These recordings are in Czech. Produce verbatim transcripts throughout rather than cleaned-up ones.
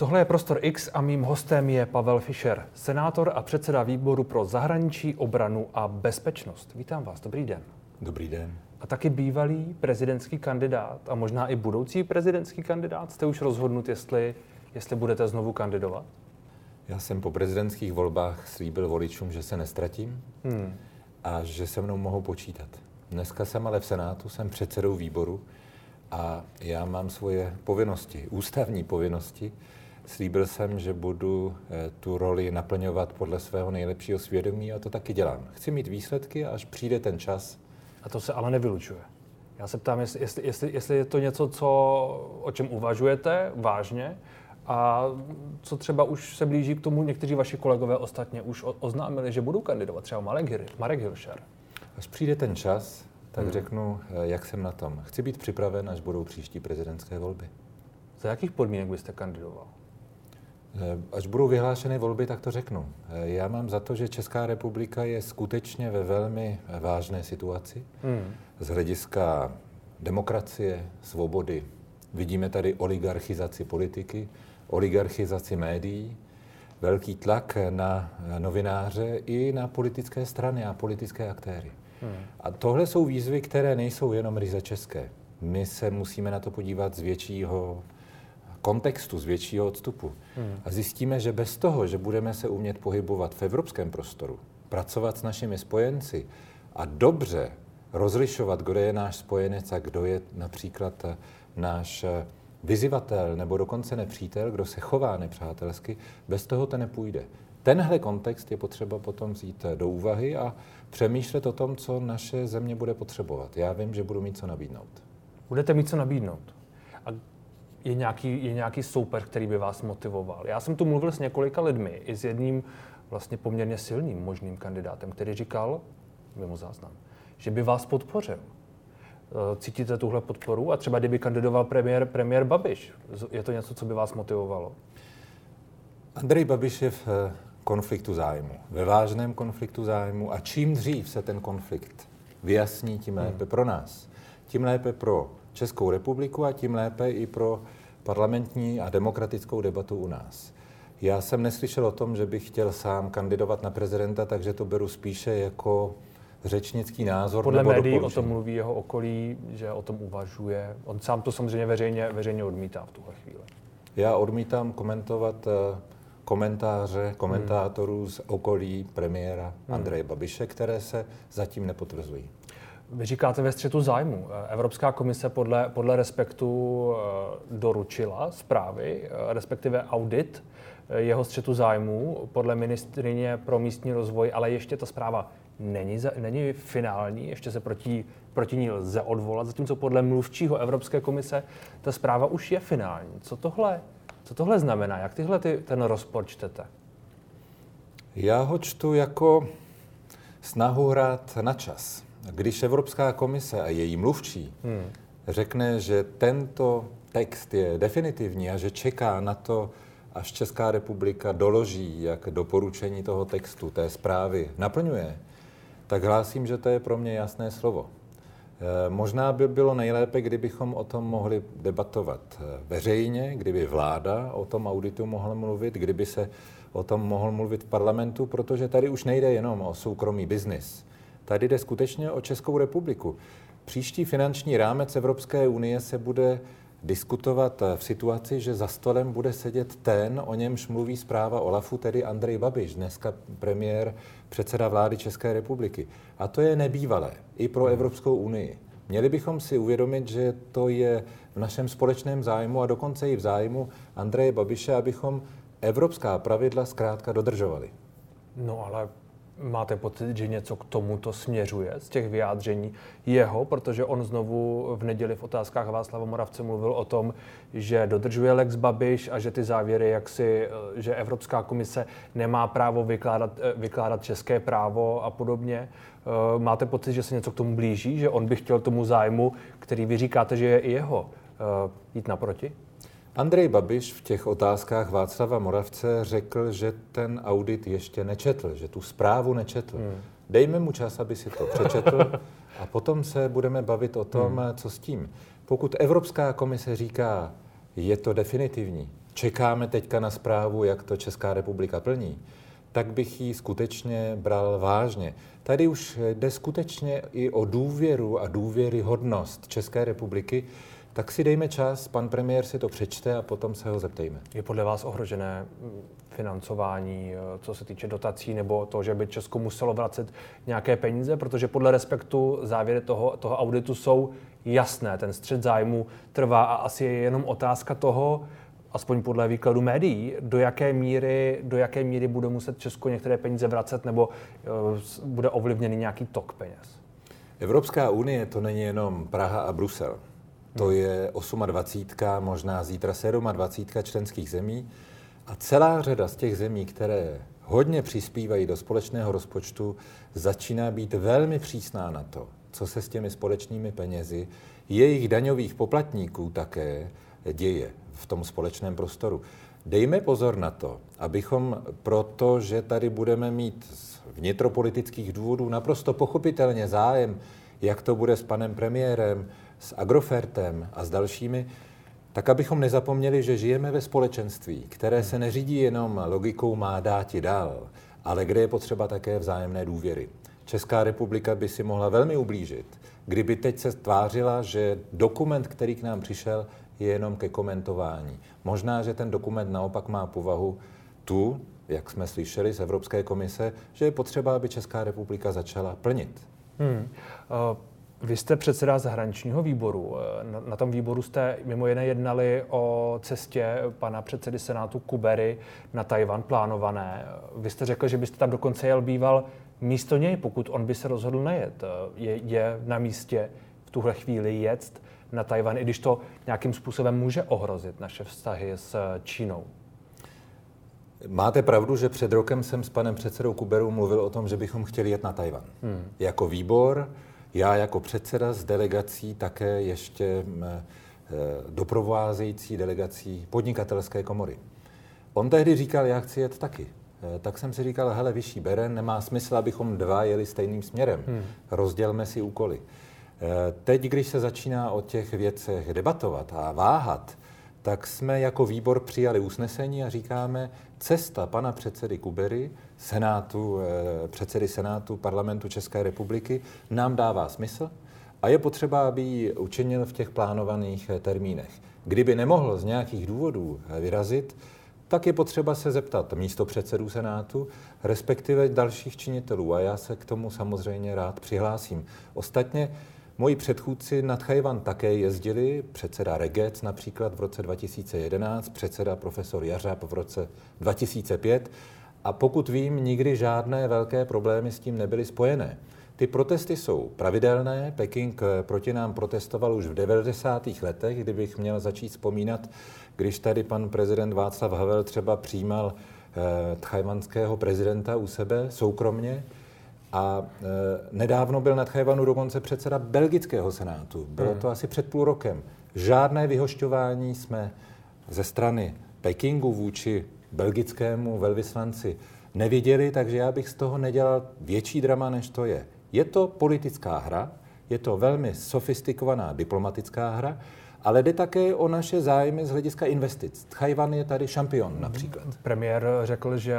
Tohle je Prostor X a mým hostem je Pavel Fischer, senátor a předseda výboru pro zahraničí, obranu a bezpečnost. Vítám vás, dobrý den. Dobrý den. A taky bývalý prezidentský kandidát a možná i budoucí prezidentský kandidát. Jste už rozhodnut, jestli, jestli budete znovu kandidovat? Já jsem po prezidentských volbách slíbil voličům, že se nestratím hmm. a že se mnou mohou počítat. Dneska jsem ale v Senátu, jsem předsedou výboru a já mám svoje povinnosti, ústavní povinnosti. Slíbil jsem, že budu tu roli naplňovat podle svého nejlepšího svědomí a to taky dělám. Chci mít výsledky, až přijde ten čas. A to se ale nevylučuje. Já se ptám, jestli, jestli, jestli, jestli je to něco, co, o čem uvažujete vážně a co třeba už se blíží k tomu, někteří vaši kolegové ostatně už oznámili, že budou kandidovat, třeba Marek, Marek Hilšer. Až přijde ten čas, tak hmm. řeknu, jak jsem na tom. Chci být připraven, až budou příští prezidentské volby. Za jakých podmínek byste kandidoval? Až budou vyhlášeny volby, tak to řeknu. Já mám za to, že Česká republika je skutečně ve velmi vážné situaci. Hmm. Z hlediska demokracie, svobody. Vidíme tady oligarchizaci politiky, oligarchizaci médií, velký tlak na novináře i na politické strany a politické aktéry. Hmm. A tohle jsou výzvy, které nejsou jenom ryze české. My se musíme na to podívat z většího kontextu, z většího odstupu. Hmm. A zjistíme, že bez toho, že budeme se umět pohybovat v evropském prostoru, pracovat s našimi spojenci a dobře rozlišovat, kdo je náš spojenec a kdo je například náš vyzývatel nebo dokonce nepřítel, kdo se chová nepřátelsky, bez toho to nepůjde. Tenhle kontext je potřeba potom vzít do úvahy a přemýšlet o tom, co naše země bude potřebovat. Já vím, že budu mít co nabídnout. Budete mít co nabídnout. A je nějaký, je nějaký soupeř, který by vás motivoval. Já jsem tu mluvil s několika lidmi, i s jedním vlastně poměrně silným možným kandidátem, který říkal, mimo záznam, že by vás podpořil. Cítíte tuhle podporu? A třeba kdyby kandidoval premiér, premiér Babiš, je to něco, co by vás motivovalo? Andrej Babiš je v konfliktu zájmu, ve vážném konfliktu zájmu a čím dřív se ten konflikt vyjasní, tím lépe hmm. pro nás. Tím lépe pro Českou republiku a tím lépe i pro parlamentní a demokratickou debatu u nás. Já jsem neslyšel o tom, že bych chtěl sám kandidovat na prezidenta, takže to beru spíše jako řečnický názor. Podle nebo médií o tom mluví jeho okolí, že o tom uvažuje. On sám to samozřejmě veřejně, veřejně odmítá v tuhle chvíli. Já odmítám komentovat komentáře komentátorů hmm. z okolí premiéra hmm. Andreje Babiše, které se zatím nepotvrzují. Vy říkáte ve střetu zájmu. Evropská komise podle, podle Respektu doručila zprávy, respektive audit jeho střetu zájmu podle ministryně pro místní rozvoj, ale ještě ta zpráva není, není finální, ještě se proti, proti ní lze odvolat, zatímco podle mluvčího Evropské komise ta zpráva už je finální. Co tohle, co tohle znamená? Jak tyhle ty, ten rozpor čtete? Já ho čtu jako snahu hrát na čas. Když Evropská komise a její mluvčí hmm. řekne, že tento text je definitivní a že čeká na to, až Česká republika doloží, jak doporučení toho textu, té zprávy naplňuje, tak hlásím, že to je pro mě jasné slovo. E, možná by bylo nejlépe, kdybychom o tom mohli debatovat veřejně, kdyby vláda o tom auditu mohla mluvit, kdyby se o tom mohl mluvit v parlamentu, protože tady už nejde jenom o soukromý biznis. Tady jde skutečně o Českou republiku. Příští finanční rámec Evropské unie se bude diskutovat v situaci, že za stolem bude sedět ten, o němž mluví zpráva OLAFu, tedy Andrej Babiš, dneska premiér, předseda vlády České republiky. A to je nebývalé i pro Evropskou unii. Měli bychom si uvědomit, že to je v našem společném zájmu a dokonce i v zájmu Andreje Babiše, abychom evropská pravidla zkrátka dodržovali. No ale máte pocit, že něco k tomuto směřuje z těch vyjádření jeho, protože on znovu v neděli v Otázkách Václava Moravce mluvil o tom, že dodržuje lex Babiš a že ty závěry, jak si, že Evropská komise nemá právo vykládat, vykládat české právo a podobně. Máte pocit, že se něco k tomu blíží, že on by chtěl tomu zájmu, který vy říkáte, že je i jeho, jít naproti? Andrej Babiš v těch Otázkách Václava Moravce řekl, že ten audit ještě nečetl, že tu zprávu nečetl. Hmm. Dejme mu čas, aby si to přečetl a potom se budeme bavit o tom, hmm. co s tím. Pokud Evropská komise říká, je to definitivní, čekáme teďka na zprávu, jak to Česká republika plní, tak bych ji skutečně bral vážně. Tady už jde skutečně i o důvěru a důvěryhodnost České republiky, tak si dejme čas, pan premiér si to přečte a potom se ho zeptejme. Je podle vás ohrožené financování, co se týče dotací, nebo to, že by Česko muselo vracet nějaké peníze? Protože podle Respektu závěry toho, toho auditu jsou jasné. Ten střet zájmu trvá a asi je jenom otázka toho, aspoň podle výkladu médií, do jaké míry, do jaké míry bude muset Česko některé peníze vracet, nebo uh, bude ovlivněný nějaký tok peněz. Evropská unie to není jenom Praha a Brusel. To je dvacet osm, možná zítra dvacet sedm členských zemí a celá řada z těch zemí, které hodně přispívají do společného rozpočtu, začíná být velmi přísná na to, co se s těmi společnými penězi jejich daňových poplatníků také děje v tom společném prostoru. Dejme pozor na to, abychom proto, že tady budeme mít z vnitropolitických důvodů naprosto pochopitelně zájem, jak to bude s panem premiérem, s Agrofertem a s dalšími, tak abychom nezapomněli, že žijeme ve společenství, které se neřídí jenom logikou má dáti dál, ale kde je potřeba také vzájemné důvěry. Česká republika by si mohla velmi ublížit, kdyby teď se tvářila, že dokument, který k nám přišel, je jenom ke komentování. Možná, že ten dokument naopak má povahu tu, jak jsme slyšeli z Evropské komise, že je potřeba, aby Česká republika začala plnit. Hmm. Uh... Vy jste předseda zahraničního výboru. Na, na tom výboru jste mimo jiné jednali o cestě pana předsedy Senátu Kubery na Tchaj-wan plánované. Vy jste řekl, že byste tam dokonce jel býval místo něj, pokud on by se rozhodl nejet. Je, je na místě v tuhle chvíli jet na Tchaj-wan, i když to nějakým způsobem může ohrozit naše vztahy s Čínou? Máte pravdu, že před rokem jsem s panem předsedou Kuberou mluvil o tom, že bychom chtěli jet na Tchaj-wan. Hmm. Jako výbor, já jako předseda s delegací také ještě doprovázející delegací podnikatelské komory. On tehdy říkal, já chci jet taky. Tak jsem si říkal, hele, vyšší beren, nemá smysl, abychom dva jeli stejným směrem. Hmm. Rozdělme si úkoly. Teď, když se začíná o těch věcech debatovat a váhat, tak jsme jako výbor přijali usnesení a říkáme, cesta pana předsedy Kubery, senátu, předsedy Senátu Parlamentu České republiky, nám dává smysl a je potřeba, aby ji učinil v těch plánovaných termínech. Kdyby nemohl z nějakých důvodů vyrazit, tak je potřeba se zeptat místopředsedů Senátu, respektive dalších činitelů a já se k tomu samozřejmě rád přihlásím. Ostatně moji předchůdci na Tchaj-wan také jezdili, předseda Regec například v roce dva tisíce jedenáct, předseda profesor Jařab v roce dva tisíce pět a pokud vím, nikdy žádné velké problémy s tím nebyly spojené. Ty protesty jsou pravidelné, Peking proti nám protestoval už v devadesátých letech, kdybych měl začít vzpomínat, když tady pan prezident Václav Havel třeba přijímal eh, tchajwanského prezidenta u sebe soukromně, a e, nedávno byl na Tchaj-wanu dokonce předseda belgického senátu. Bylo to asi před půl rokem. Žádné vyhošťování jsme ze strany Pekingu vůči belgickému velvyslanci neviděli, takže já bych z toho nedělal větší drama, než to je. Je to politická hra, je to velmi sofistikovaná diplomatická hra, ale jde také o naše zájmy z hlediska investic. Tchaj-wan je tady šampion například. Premiér řekl, že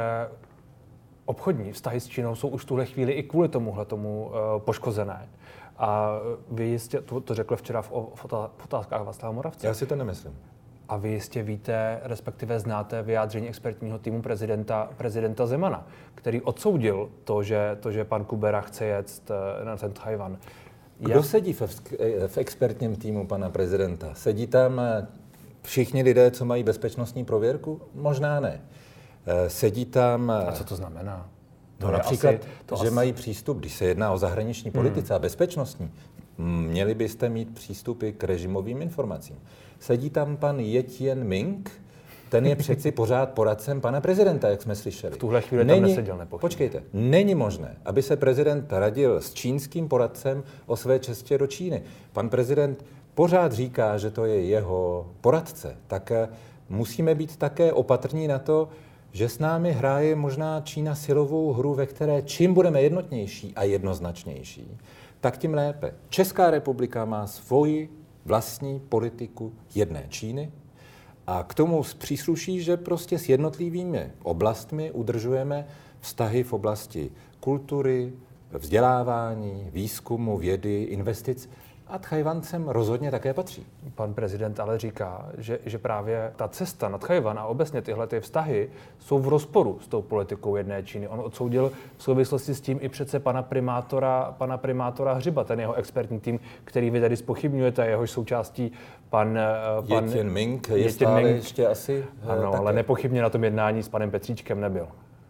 obchodní vztahy s Čínou jsou už v tuhle chvíli i kvůli tomuhle tomu uh, poškozené. A vy jistě, to, to řekl včera v, v, v otázkách Václava Moravce. Já si to nemyslím. A vy jistě víte, respektive znáte vyjádření expertního týmu prezidenta, prezidenta Zemana, který odsoudil to, že, to, že pan Kubera chce jet na ten Tchaj-wan. Kdo Jak... sedí v, v expertním týmu pana prezidenta? Sedí tam všichni lidé, co mají bezpečnostní prověrku? Možná ne. Sedí tam... A co to znamená? To no například, to že asi... mají přístup, když se jedná o zahraniční politice hmm. a bezpečnostní, měli byste mít přístupy k režimovým informacím. Sedí tam pan Ye Tian-ming, ten je přeci pořád poradcem pana prezidenta, jak jsme slyšeli. V tuhle chvíli není, tam neseděl nepochybně. Počkejte, není možné, aby se prezident radil s čínským poradcem o své cestě do Číny. Pan prezident pořád říká, že to je jeho poradce, tak musíme být také opatrní na to, že s námi hraje možná Čína silovou hru, ve které čím budeme jednotnější a jednoznačnější, tak tím lépe. Česká republika má svoji vlastní politiku jedné Číny A k tomu přísluší, že prostě s jednotlivými oblastmi udržujeme vztahy v oblasti kultury, vzdělávání, výzkumu, vědy, investic. A Tchajwancem rozhodně také patří. Pan prezident ale říká, že, že právě ta cesta na Tchajwan a obecně tyhle ty vztahy jsou v rozporu s tou politikou jedné Číny. On odsoudil v souvislosti s tím i přece pana primátora, pana primátora Hřiba, ten jeho expertní tým, který vy tady zpochybňujete, jehož součástí pan... pan Ye Tianming je stále Ming, ještě asi... Ano, také. Ale nepochybně na tom jednání s panem Petříčkem nebyl.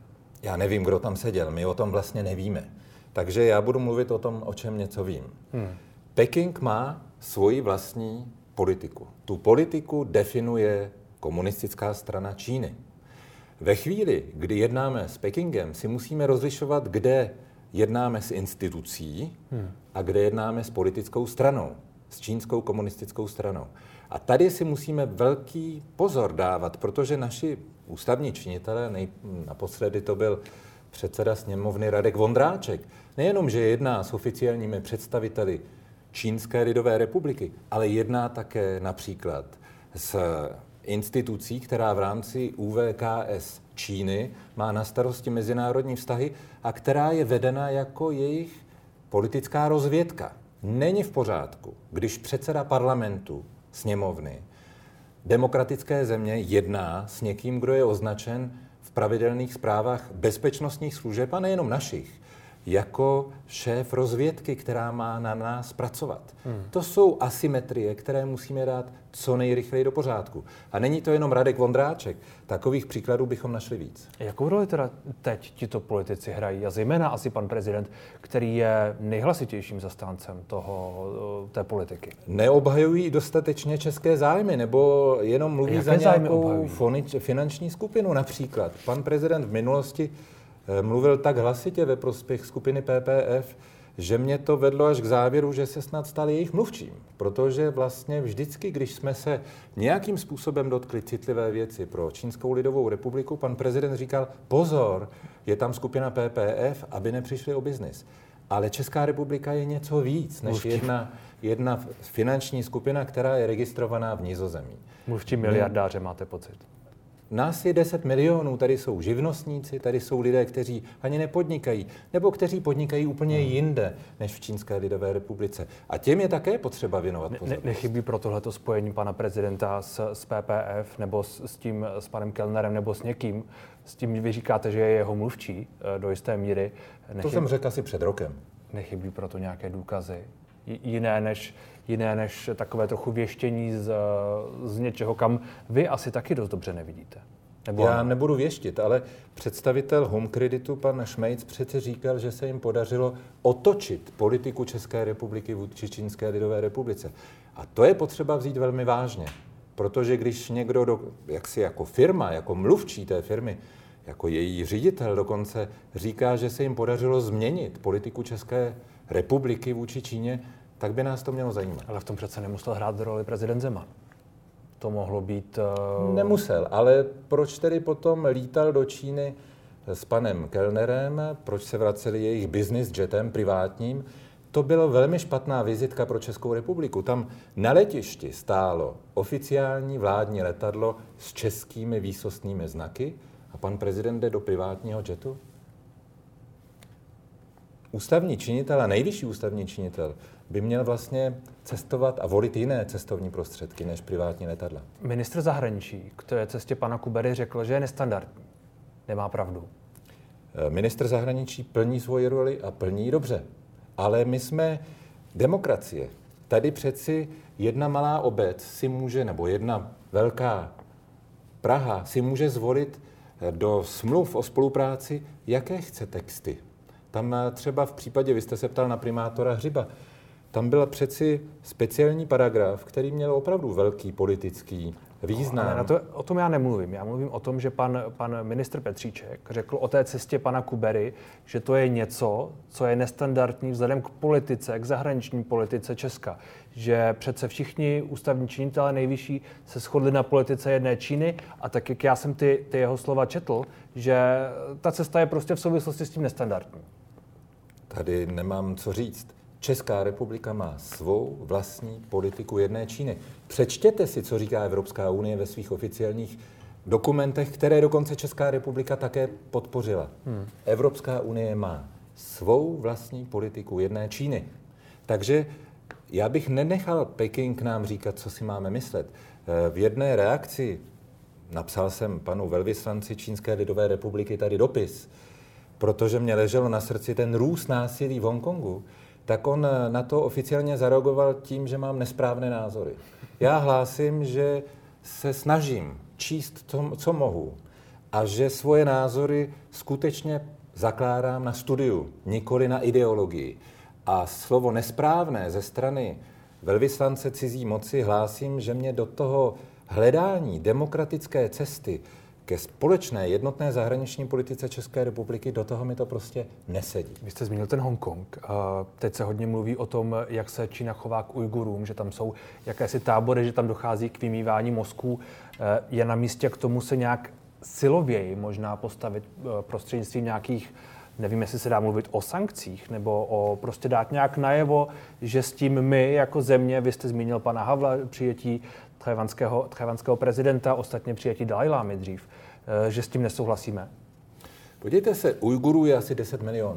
Já nevím, kdo tam seděl, my o tom vlastně nevíme. Takže já budu mluvit o tom, o čem něco vím. Hmm. Peking má svoji vlastní politiku. Tu politiku definuje komunistická strana Číny. Ve chvíli, kdy jednáme s Pekingem, si musíme rozlišovat, kde jednáme s institucí hmm. a kde jednáme s politickou stranou, s čínskou komunistickou stranou. A tady si musíme velký pozor dávat, protože naši ústavní činitelé, nej, naposledy to byl předseda sněmovny Radek Vondráček, nejenom, že jedná s oficiálními představiteli Čínské lidové republiky, ale jedná také například s institucí, která v rámci U V K S Číny má na starosti mezinárodní vztahy a která je vedena jako jejich politická rozvědka. Není v pořádku, když předseda parlamentu, sněmovny, demokratické země jedná s někým, kdo je označen v pravidelných zprávách bezpečnostních služeb a nejenom našich, jako šéf rozvědky, která má na nás pracovat. Hmm. To jsou asymetrie, které musíme dát co nejrychleji do pořádku. A není to jenom Radek Vondráček. Takových příkladů bychom našli víc. Jakou roli teda teď tito politici hrají? A zejména asi pan prezident, který je nejhlasitějším zastáncem toho, té politiky. Neobhajují dostatečně české zájmy, nebo jenom mluví za nějakou fonič, finanční skupinu například. Pan prezident v minulosti mluvil tak hlasitě ve prospěch skupiny P P F, že mě to vedlo až k závěru, že se snad stal jejich mluvčím. Protože vlastně vždycky, když jsme se nějakým způsobem dotkli citlivé věci pro Čínskou lidovou republiku, pan prezident říkal, pozor, je tam skupina P P F, aby nepřišli o biznis. Ale Česká republika je něco víc než jedna, jedna finanční skupina, která je registrovaná v Nizozemí. Mluvčí miliardáře, máte pocit? Nás je deset milionů, tady jsou živnostníci, tady jsou lidé, kteří ani nepodnikají, nebo kteří podnikají úplně jinde, než v Čínské lidové republice. A těm je také potřeba věnovat pozornost. Ne, nechybí pro tohleto spojení pana prezidenta s, s P P F, nebo s, s tím, s panem Kellnerem, nebo s někým, s tím vy říkáte, že je jeho mluvčí do jisté míry. Nechybí, to jsem řekl asi před rokem. Nechybí proto nějaké důkazy? Jiné než, jiné než takové trochu věštění z, z něčeho, kam vy asi taky dost dobře nevidíte. Nebo Já nebudu věštit, ale představitel Home Creditu, pan Šmejc, přece říkal, že se jim podařilo otočit politiku České republiky vůči Čínské lidové republice. A to je potřeba vzít velmi vážně, protože když někdo, do, jaksi jako firma, jako mluvčí té firmy, jako její ředitel dokonce říká, že se jim podařilo změnit politiku České republiky vůči Číně, tak by nás to mělo zajímat. Ale v tom přece nemusel hrát roli prezident Zeman. To mohlo být... Uh... Nemusel, ale proč tedy potom lítal do Číny s panem Kellnerem, proč se vraceli jejich business jetem privátním, to byla velmi špatná vizitka pro Českou republiku. Tam na letišti stálo oficiální vládní letadlo s českými výsostnými znaky a pan prezident jde do privátního jetu. Ústavní činitel a nejvyšší ústavní činitel by měl vlastně cestovat a volit jiné cestovní prostředky než privátní letadla. Ministr zahraničí k té cestě pana Kubery řekl, že je nestandardní. Nemá pravdu. Ministr zahraničí plní svoji roli a plní dobře. Ale my jsme demokracie. Tady přeci jedna malá obec si může, nebo jedna velká Praha si může zvolit do smluv o spolupráci, jaké chce texty. Tam třeba v případě, vy jste se ptal na primátora Hřiba, tam byl přeci speciální paragraf, který měl opravdu velký politický význam. No, na to, o tom já nemluvím. Já mluvím o tom, že pan, pan ministr Petříček řekl o té cestě pana Kubery, že to je něco, co je nestandardní vzhledem k politice, k zahraniční politice Česka. Že přece všichni ústavní činitelé nejvyšší se shodli na politice jedné Číny a tak, jak já jsem ty, ty jeho slova četl, že ta cesta je prostě v souvislosti s tím nestandardní. Tady nemám co říct. Česká republika má svou vlastní politiku jedné Číny. Přečtěte si, co říká Evropská unie ve svých oficiálních dokumentech, které dokonce Česká republika také podpořila. Hmm. Evropská unie má svou vlastní politiku jedné Číny. Takže já bych nenechal Peking nám říkat, co si máme myslet. V jedné reakci napsal jsem panu velvyslanci Čínské lidové republiky tady dopis, protože mě leželo na srdci ten růst násilí v Hongkongu, tak on na to oficiálně zareagoval tím, že mám nesprávné názory. Já hlásím, že se snažím číst, co, co mohu a že svoje názory skutečně zakládám na studiu, nikoli na ideologii. A slovo nesprávné ze strany velvyslance cizí moci hlásím, že mě do toho hledání demokratické cesty ke společné jednotné zahraniční politice České republiky, do toho mi to prostě nesedí. Vy jste zmínil ten Hongkong. Teď se hodně mluví o tom, jak se Čína chová k Ujgurům, že tam jsou jakési tábory, že tam dochází k vymývání mozků. Je na místě k tomu se nějak silověji možná postavit prostřednictvím nějakých, nevím, jestli se dá mluvit o sankcích, nebo o prostě dát nějak najevo, že s tím my jako země, vy jste zmínil pana Havla, přijetí tchajwanského, tchajwanského prezidenta, ostatně přijetí Dalajlámy dřív, že s tím nesouhlasíme? Podívejte se, Ujgurů je asi deset milionů.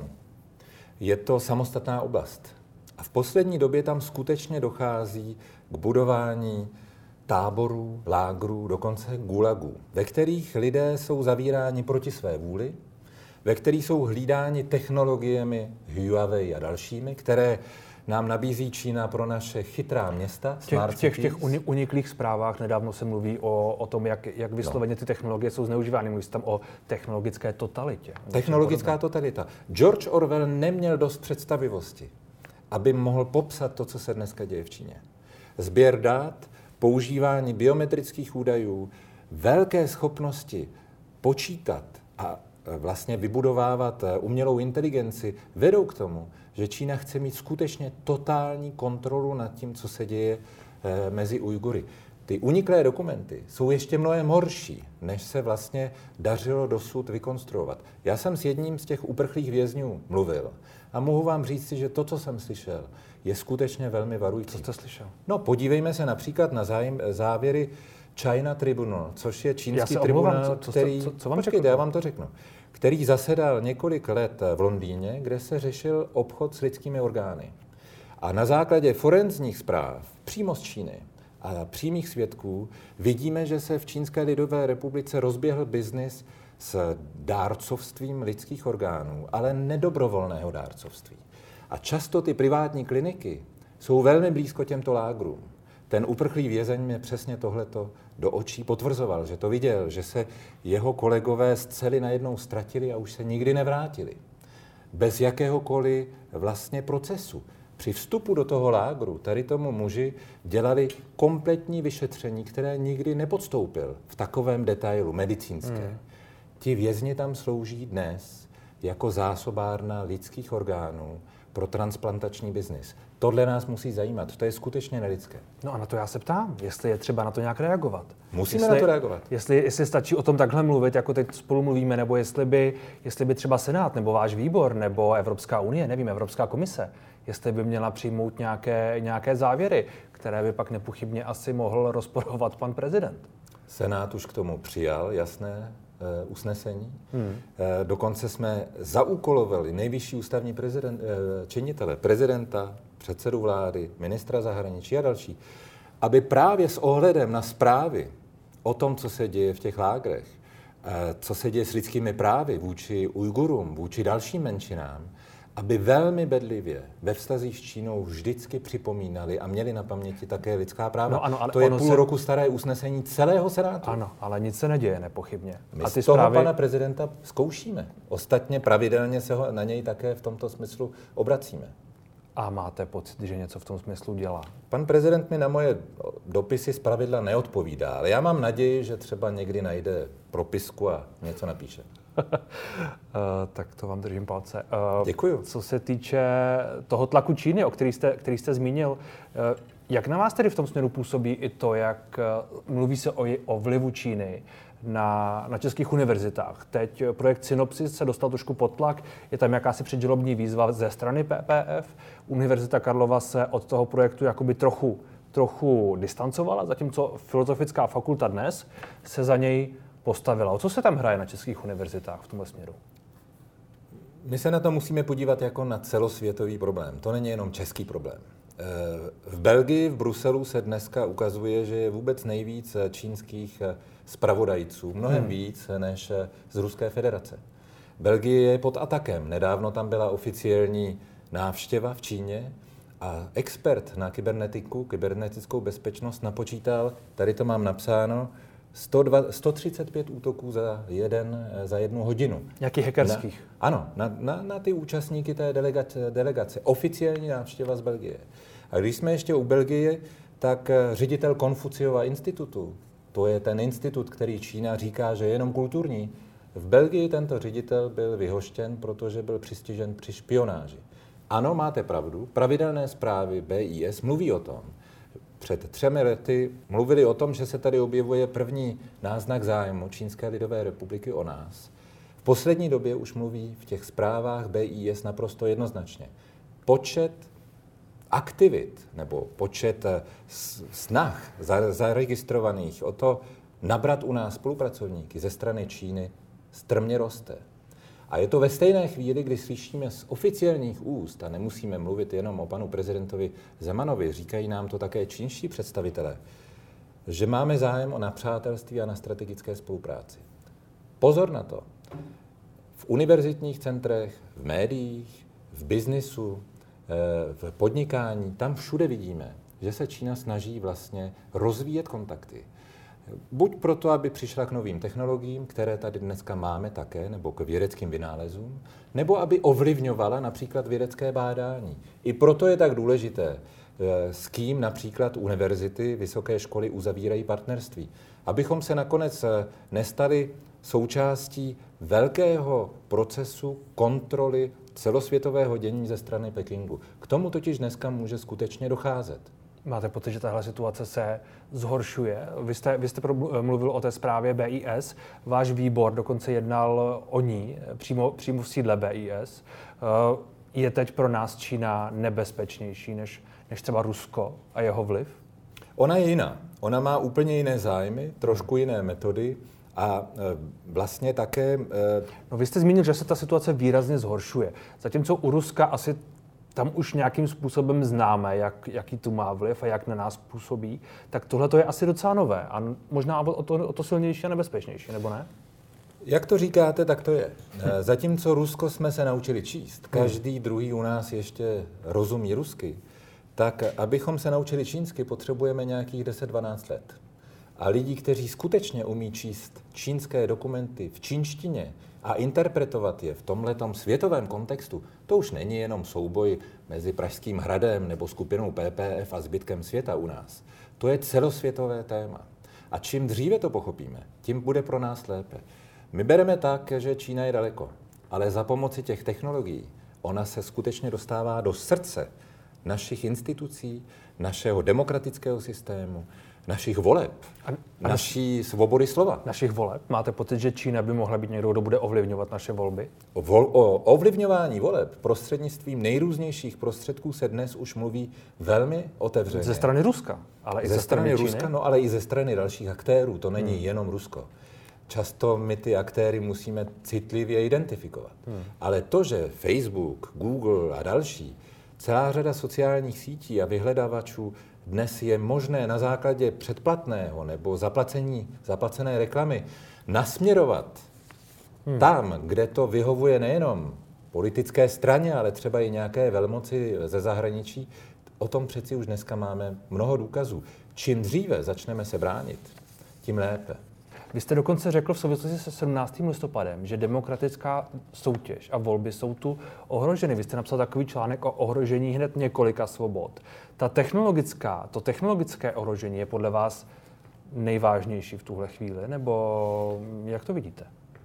Je to samostatná oblast. A v poslední době tam skutečně dochází k budování táborů, lágrů, dokonce gulagů, ve kterých lidé jsou zavíráni proti své vůli, ve kterých jsou hlídáni technologiemi Huawei a dalšími, které nám nabízí Čína pro naše chytrá města. V těch, v těch, v těch uniklých zprávách nedávno se mluví o, o tom, jak, jak vysloveně ty technologie jsou zneužívány. Mluví se tam o technologické totalitě. Technologická totalita. George Orwell neměl dost představivosti, aby mohl popsat to, co se dneska děje v Číně. Sběr dat, používání biometrických údajů, velké schopnosti počítat a vlastně vybudovávat umělou inteligenci vedou k tomu, že Čína chce mít skutečně totální kontrolu nad tím, co se děje mezi Ujgury. Ty uniklé dokumenty jsou ještě mnohem horší, než se vlastně dařilo dosud vykonstruovat. Já jsem s jedním z těch uprchlých vězňů mluvil a mohu vám říct si, že to, co jsem slyšel, je skutečně velmi varující. Co jste slyšel? No, podívejme se například na zájem, závěry China Tribunal, což je čínský tribunál, co, co, který... Co, co vám počkejte, řekl? já vám to řeknu. Který zasedal několik let v Londýně, kde se řešil obchod s lidskými orgány. A na základě forenzních zpráv přímo z Číny a přímých svědků vidíme, že se v Čínské lidové republice rozběhl biznis s dárcovstvím lidských orgánů, ale nedobrovolného dárcovství. A často ty privátní kliniky jsou velmi blízko těmto lágrům. Ten uprchlý vězeň mě přesně tohleto do očí potvrzoval, že to viděl, že se jeho kolegové z cely najednou ztratili a už se nikdy nevrátili. Bez jakéhokoliv vlastně procesu. Při vstupu do toho lágru tady tomu muži dělali kompletní vyšetření, které nikdy nepodstoupil v takovém detailu medicínské. Hmm. Ti vězni tam slouží dnes jako zásobárna lidských orgánů pro transplantační biznis. Tohle nás musí zajímat, to je skutečně nelidské. No a na to já se ptám, jestli je třeba na to nějak reagovat. Musíme jestli, na to reagovat. Jestli, jestli stačí o tom takhle mluvit, jako teď spolu mluvíme, nebo jestli by, jestli by třeba Senát, nebo váš výbor, nebo Evropská unie, nevím, Evropská komise, jestli by měla přijmout nějaké, nějaké závěry, které by pak nepochybně asi mohl rozporovat pan prezident. Senát už k tomu přijal jasné uh, usnesení. Hmm. Uh, dokonce jsme zaúkolovali nejvyšší ústavní prezident, uh, činitele, prezidenta, předsedu vlády, ministra zahraničí a další, aby právě s ohledem na zprávy o tom, co se děje v těch lágrech, uh, co se děje s lidskými právy vůči Ujgurům, vůči dalším menšinám, aby velmi bedlivě ve vztazích s Čínou vždycky připomínali a měli na paměti také lidská práva. No ano, ale to je půl se... roku staré usnesení celého Senátu. Ano, ale nic se neděje, nepochybně. My a ty z toho zprávy... pana prezidenta zkoušíme. Ostatně pravidelně se ho na něj také v tomto smyslu obracíme. A máte pocit, že něco v tom smyslu dělá? Pan prezident mi na moje dopisy zpravidla neodpovídá, ale já mám naději, že třeba někdy najde propisku a něco napíše. uh, tak to vám držím palce. Uh, Děkuju. Co se týče toho tlaku Číny, o který jste, který jste zmínil, uh, jak na vás tedy v tom směru působí i to, jak uh, mluví se o, o vlivu Číny na, na českých univerzitách. Teď projekt Synopsis se dostal trošku pod tlak, je tam jakási předžalobní výzva ze strany P P F. Univerzita Karlova se od toho projektu jakoby trochu, trochu distancovala, zatímco Filozofická fakulta dnes se za něj postavila. O co se tam hraje na českých univerzitách v tomhle směru? My se na to musíme podívat jako na celosvětový problém. To není jenom český problém. V Belgii, v Bruselu se dneska ukazuje, že je vůbec nejvíc čínských zpravodajců, mnohem hmm. víc než z Ruské federace. Belgie je pod atakem. Nedávno tam byla oficiální návštěva v Číně a expert na kybernetiku, kybernetickou bezpečnost napočítal, tady to mám napsáno, sto dva, sto třicet pět útoků za, jeden, za jednu hodinu. Jakých hackerských? Na, ano, na, na, na ty účastníky té delegace, delegace. Oficiální návštěva z Belgie. A když jsme ještě u Belgie, tak ředitel Konfuciova institutu, to je ten institut, který Čína říká, že je jenom kulturní. V Belgii tento ředitel byl vyhoštěn, protože byl přistižen při špionáži. Ano, máte pravdu, pravidelné zprávy B I S mluví o tom. Před třemi lety mluvili o tom, že se tady objevuje první náznak zájmu Čínské lidové republiky o nás. V poslední době už mluví v těch zprávách B I S naprosto jednoznačně. Počet aktivit nebo počet snah zaregistrovaných o to nabrat u nás spolupracovníky ze strany Číny strmě roste. A je to ve stejné chvíli, kdy slyšíme z oficiálních úst, a nemusíme mluvit jenom o panu prezidentovi Zemanovi, říkají nám to také čínští představitelé, že máme zájem o napřátelství a na strategické spolupráci. Pozor na to. V univerzitních centrech, v médiích, v biznisu, v podnikání, tam všude vidíme, že se Čína snaží vlastně rozvíjet kontakty. Buď proto, aby přišla k novým technologiím, které tady dneska máme také, nebo k vědeckým vynálezům, nebo aby ovlivňovala například vědecké bádání. I proto je tak důležité, s kým například univerzity, vysoké školy uzavírají partnerství. Abychom se nakonec nestali součástí velkého procesu kontroly celosvětového dění ze strany Pekingu. K tomu totiž dneska může skutečně docházet. Máte pocit, že tahle situace se zhoršuje? Vy jste, vy jste mluvil o té zprávě B I S. Váš výbor dokonce jednal o ní přímo, přímo v sídle B I S. Je teď pro nás Čína nebezpečnější než, než třeba Rusko a jeho vliv? Ona je jiná. Ona má úplně jiné zájmy, trošku jiné metody a vlastně také... No, vy jste zmínil, že se ta situace výrazně zhoršuje. Zatímco u Ruska asi tam už nějakým způsobem známe, jak, jaký tu má vliv a jak na nás působí, tak tohle to je asi docela nové a možná o to, o to silnější a nebezpečnější, nebo ne? Jak to říkáte, tak to je. Zatímco Rusko jsme se naučili číst, každý druhý u nás ještě rozumí rusky, tak abychom se naučili čínsky, potřebujeme nějakých deset dvanáct let. A lidi, kteří skutečně umí číst čínské dokumenty v čínštině a interpretovat je v tomhletom světovém kontextu, to už není jenom souboj mezi Pražským hradem nebo skupinou P P F a zbytkem světa u nás. To je celosvětové téma. A čím dříve to pochopíme, tím bude pro nás lépe. My bereme tak, že Čína je daleko, ale za pomoci těch technologií ona se skutečně dostává do srdce našich institucí, našeho demokratického systému, našich voleb, a, a naší svobody slova. Našich voleb? Máte pocit, že Čína by mohla být někdo, kdo bude ovlivňovat naše volby? O, vol, o ovlivňování voleb prostřednictvím nejrůznějších prostředků se dnes už mluví velmi otevřeně. Ze strany Ruska, ale i ze, ze strany, strany Ruska, no ale i ze strany dalších aktérů. To není hmm. jenom Rusko. Často my ty aktéry musíme citlivě identifikovat. Hmm. Ale to, že Facebook, Google a další, celá řada sociálních sítí a vyhledávačů dnes je možné na základě předplatného nebo zaplacení, zaplacené reklamy nasměrovat hmm. tam, kde to vyhovuje nejenom politické straně, ale třeba i nějaké velmoci ze zahraničí, o tom přeci už dneska máme mnoho důkazů. Čím dříve začneme se bránit, tím lépe. Vy jste dokonce řekl v souvislosti se sedmnáctým listopadem, že demokratická soutěž a volby jsou tu ohroženy. Vy jste napsal takový článek o ohrožení hned několika svobod. Ta technologická, to technologické ohrožení je podle vás nejvážnější v tuhle chvíli, nebo jak to vidíte?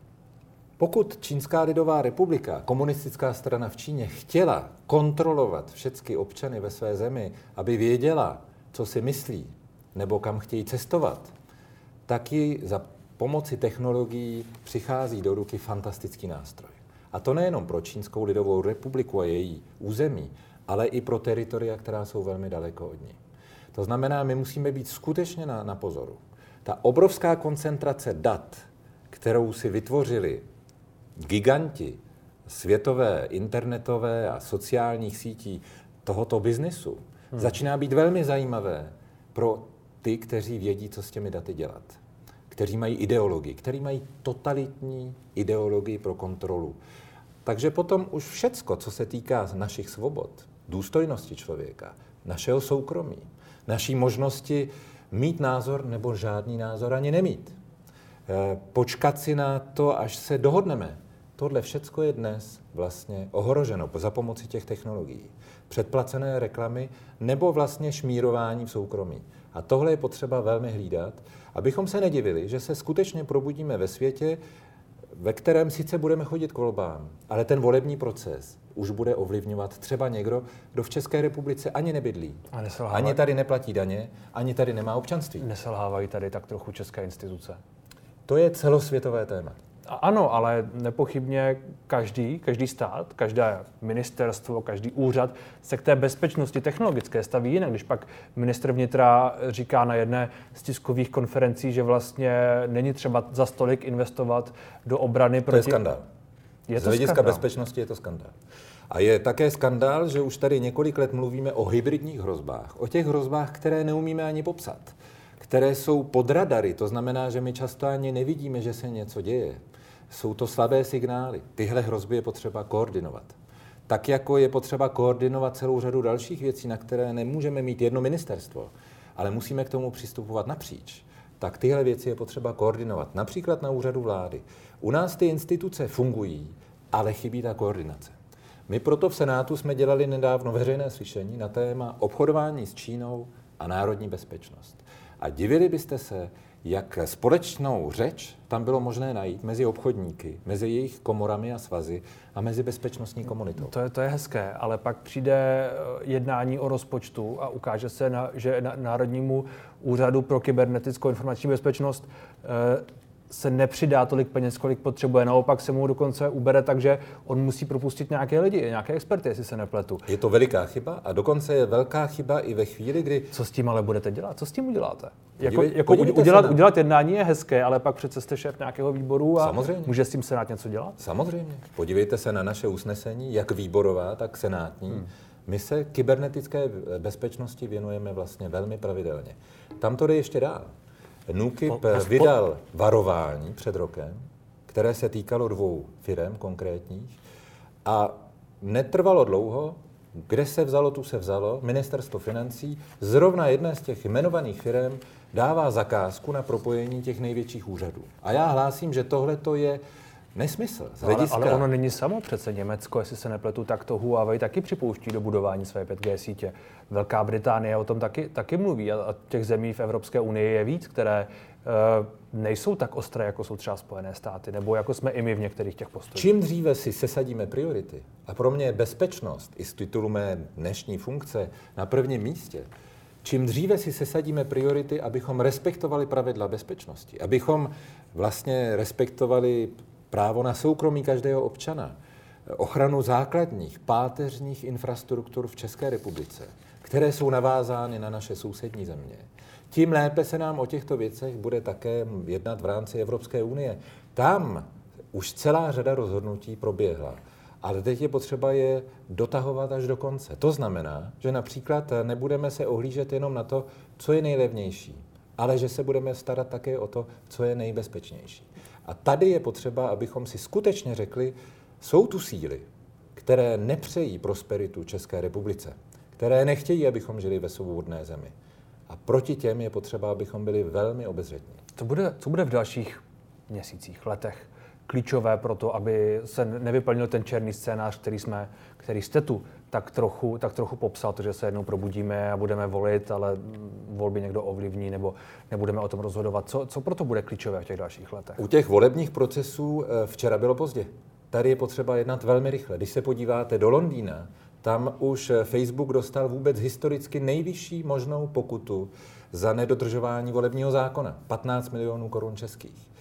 Pokud Čínská lidová republika, komunistická strana v Číně, chtěla kontrolovat všechny občany ve své zemi, aby věděla, co si myslí, nebo kam chtějí cestovat, tak ji za pomocí technologií přichází do ruky fantastický nástroj. A to nejenom pro Čínskou lidovou republiku a její území, ale i pro teritoria, která jsou velmi daleko od ní. To znamená, my musíme být skutečně na, na pozoru. Ta obrovská koncentrace dat, kterou si vytvořili giganti světové, internetové a sociálních sítí tohoto biznesu, hmm. začíná být velmi zajímavé pro ty, kteří vědí, co s těmi daty dělat. Kteří mají ideologii, kteří mají totalitní ideologii pro kontrolu. Takže potom už všecko, co se týká našich svobod, důstojnosti člověka, našeho soukromí, naší možnosti mít názor nebo žádný názor ani nemít. Počkat si na to, až se dohodneme. Tohle všecko je dnes vlastně ohroženo za pomoci těch technologií. Předplacené reklamy nebo vlastně šmírování v soukromí. A tohle je potřeba velmi hlídat, abychom se nedivili, že se skutečně probudíme ve světě, ve kterém sice budeme chodit k volbám, ale ten volební proces už bude ovlivňovat třeba někdo, kdo v České republice ani nebydlí, ani tady neplatí daně, ani tady nemá občanství. Neselhávají tady tak trochu české instituce? To je celosvětové téma. Ano, ale nepochybně každý, každý stát, každé ministerstvo, každý úřad se k té bezpečnosti technologické staví jinak. Když pak ministr vnitra říká na jedné z tiskových konferencí, že vlastně není třeba za stolik investovat do obrany proti... To je skandál. Je to Z hlediska skandál. bezpečnosti je to skandál. A je také skandál, že už tady několik let mluvíme o hybridních hrozbách, o těch hrozbách, které neumíme ani popsat, které jsou pod radary, to znamená, že my často ani nevidíme, že se něco děje. Jsou to slabé signály. Tyhle hrozby je potřeba koordinovat. Tak jako je potřeba koordinovat celou řadu dalších věcí, na které nemůžeme mít jedno ministerstvo, ale musíme k tomu přistupovat napříč, tak tyhle věci je potřeba koordinovat. Například na úřadu vlády. U nás ty instituce fungují, ale chybí ta koordinace. My proto v Senátu jsme dělali nedávno veřejné slyšení na téma obchodování s Čínou a národní bezpečnost. A divili byste se, jak společnou řeč tam bylo možné najít mezi obchodníky, mezi jejich komorami a svazy a mezi bezpečnostní komunitou. To je, to je hezké, ale pak přijde jednání o rozpočtu a ukáže se, na, že na Národnímu úřadu pro kybernetickou informační bezpečnost eh, se nepřidá tolik peněz, kolik potřebuje. Naopak se mu dokonce ubere tak, že on musí propustit nějaké lidi, nějaké experty, jestli se nepletu. Je to veliká chyba a dokonce je velká chyba i ve chvíli, kdy... Co s tím ale budete dělat? Co s tím uděláte? Podívej, jako jako udělat, udělat jednání je hezké, ale pak přece jste šéf nějakého výboru a Samozřejmě. Může s tím Senát něco dělat? Samozřejmě. Podívejte se na naše usnesení, jak výborová, tak senátní. Hmm. My se kybernetické bezpečnosti věnujeme vlastně velmi pravidelně. Tam to jde ještě dál. NÚKIB vydal varování před rokem, které se týkalo dvou firem konkrétních a netrvalo dlouho, kde se vzalo, tu se vzalo, ministerstvo financí, zrovna jedné z těch jmenovaných firem dává zakázku na propojení těch největších úřadů. A já hlásím, že tohle to je nesmysl. No, ale, ale ono není samo přece Německo, jestli se nepletu, tak to Huawei taky připouští do budování své pět G sítě. Velká Británie o tom taky, taky mluví a, a těch zemí v Evropské unii je víc, které uh, nejsou tak ostré, jako jsou třeba Spojené státy, nebo jako jsme i my v některých těch postojích. Čím dříve si sesadíme priority, a pro mě je bezpečnost i z titulu mé dnešní funkce na prvním místě, čím dříve si sesadíme priority, abychom respektovali pravidla bezpečnosti, abychom vlastně respektovali právo na soukromí každého občana, ochranu základních, páteřních infrastruktur v České republice, které jsou navázány na naše sousední země, tím lépe se nám o těchto věcech bude také jednat v rámci Evropské unie. Tam už celá řada rozhodnutí proběhla, ale teď je potřeba je dotahovat až do konce. To znamená, že například nebudeme se ohlížet jenom na to, co je nejlevnější, ale že se budeme starat také o to, co je nejbezpečnější. A tady je potřeba, abychom si skutečně řekli, jsou tu síly, které nepřejí prosperitu České republice, které nechtějí, abychom žili ve svobodné zemi. A proti těm je potřeba, abychom byli velmi obezřetní. Co bude, co bude v dalších měsících, letech klíčové pro to, aby se nevyplnil ten černý scénář, který, jsme, který jste tu tak trochu, tak trochu popsal, to, že se jednou probudíme a budeme volit, ale volby někdo ovlivní nebo nebudeme o tom rozhodovat. Co, co pro to bude klíčové v těch dalších letech? U těch volebních procesů včera bylo pozdě. Tady je potřeba jednat velmi rychle. Když se podíváte do Londýna, tam už Facebook dostal vůbec historicky nejvyšší možnou pokutu za nedodržování volebního zákona. patnáct milionů korun českých.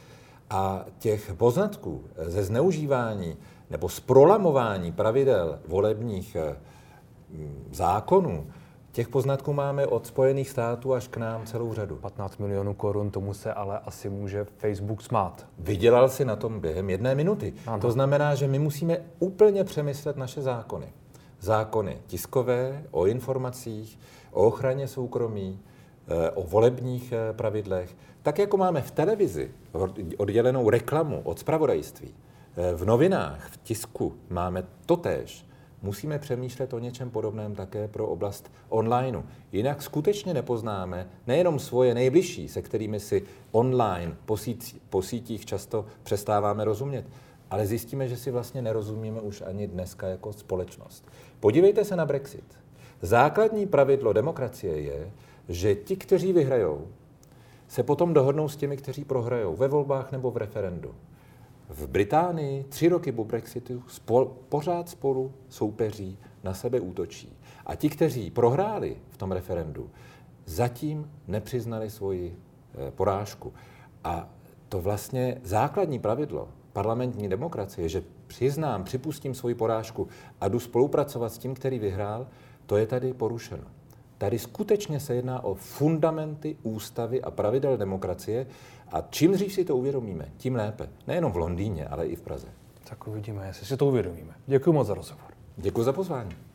A těch poznatků ze zneužívání nebo z prolamování pravidel volebních zákonů, těch poznatků máme od Spojených států až k nám celou řadu. patnáct milionů korun, tomu se ale asi může Facebook smát. Vydělal si na tom během jedné minuty. Ano. To znamená, že my musíme úplně přemyslet naše zákony. Zákony tiskové, o informacích, o ochraně soukromí, o volebních pravidlech. Tak jako máme v televizi oddělenou reklamu od zpravodajství, v novinách, v tisku máme totéž. Musíme přemýšlet o něčem podobném také pro oblast onlineu. Jinak skutečně nepoznáme nejenom svoje nejbližší, se kterými si online po, sítí, po sítích často přestáváme rozumět, ale zjistíme, že si vlastně nerozumíme už ani dneska jako společnost. Podívejte se na Brexit. Základní pravidlo demokracie je, že ti, kteří vyhrajou, se potom dohodnou s těmi, kteří prohrajou ve volbách nebo v referendu. V Británii tři roky po Brexitu spol, pořád spolu soupeří, na sebe útočí. A ti, kteří prohráli v tom referendu, zatím nepřiznali svoji e, porážku. A to vlastně základní pravidlo parlamentní demokracie, že přiznám, připustím svoji porážku a jdu spolupracovat s tím, který vyhrál, to je tady porušeno. Tady skutečně se jedná o fundamenty ústavy a pravidel demokracie a čím dřív si to uvědomíme, tím lépe. Nejenom v Londýně, ale i v Praze. Tak uvidíme, jestli si to uvědomíme. Děkuji moc za rozhovor. Děkuji za pozvání.